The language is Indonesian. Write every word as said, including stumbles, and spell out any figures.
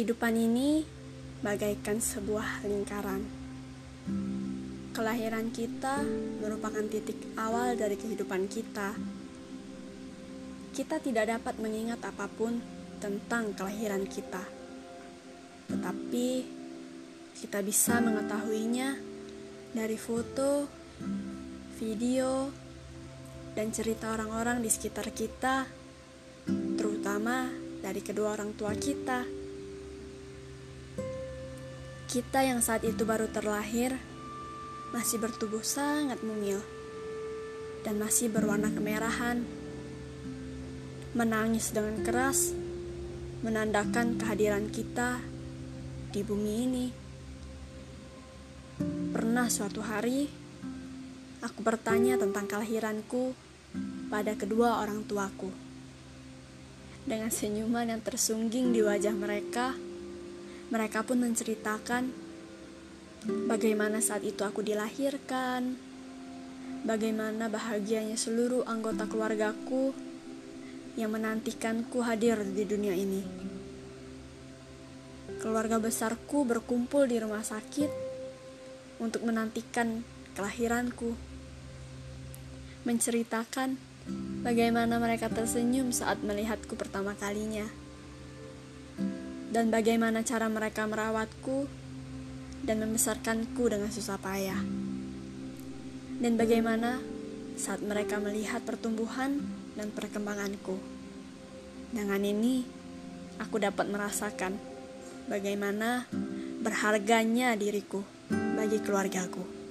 Kehidupan ini bagaikan sebuah lingkaran. Kelahiran kita merupakan titik awal dari kehidupan kita. Kita tidak dapat mengingat apapun tentang kelahiran kita, tetapi kita bisa mengetahuinya dari foto, video, dan cerita orang-orang di sekitar kita, terutama dari kedua orang tua kita. Kita yang saat itu baru terlahir masih bertubuh sangat mungil dan masih berwarna kemerahan, menangis dengan keras menandakan kehadiran kita di bumi ini. Pernah suatu hari aku bertanya tentang kelahiranku pada kedua orang tuaku. Dengan senyuman yang tersungging di wajah mereka, mereka pun menceritakan bagaimana saat itu aku dilahirkan, bagaimana bahagianya seluruh anggota keluargaku yang menantikanku hadir di dunia ini. Keluarga besarku berkumpul di rumah sakit untuk menantikan kelahiranku, menceritakan bagaimana mereka tersenyum saat melihatku pertama kalinya, dan bagaimana cara mereka merawatku dan membesarkanku dengan susah payah, dan bagaimana saat mereka melihat pertumbuhan dan perkembanganku. Dengan ini, aku dapat merasakan bagaimana berharganya diriku bagi keluargaku.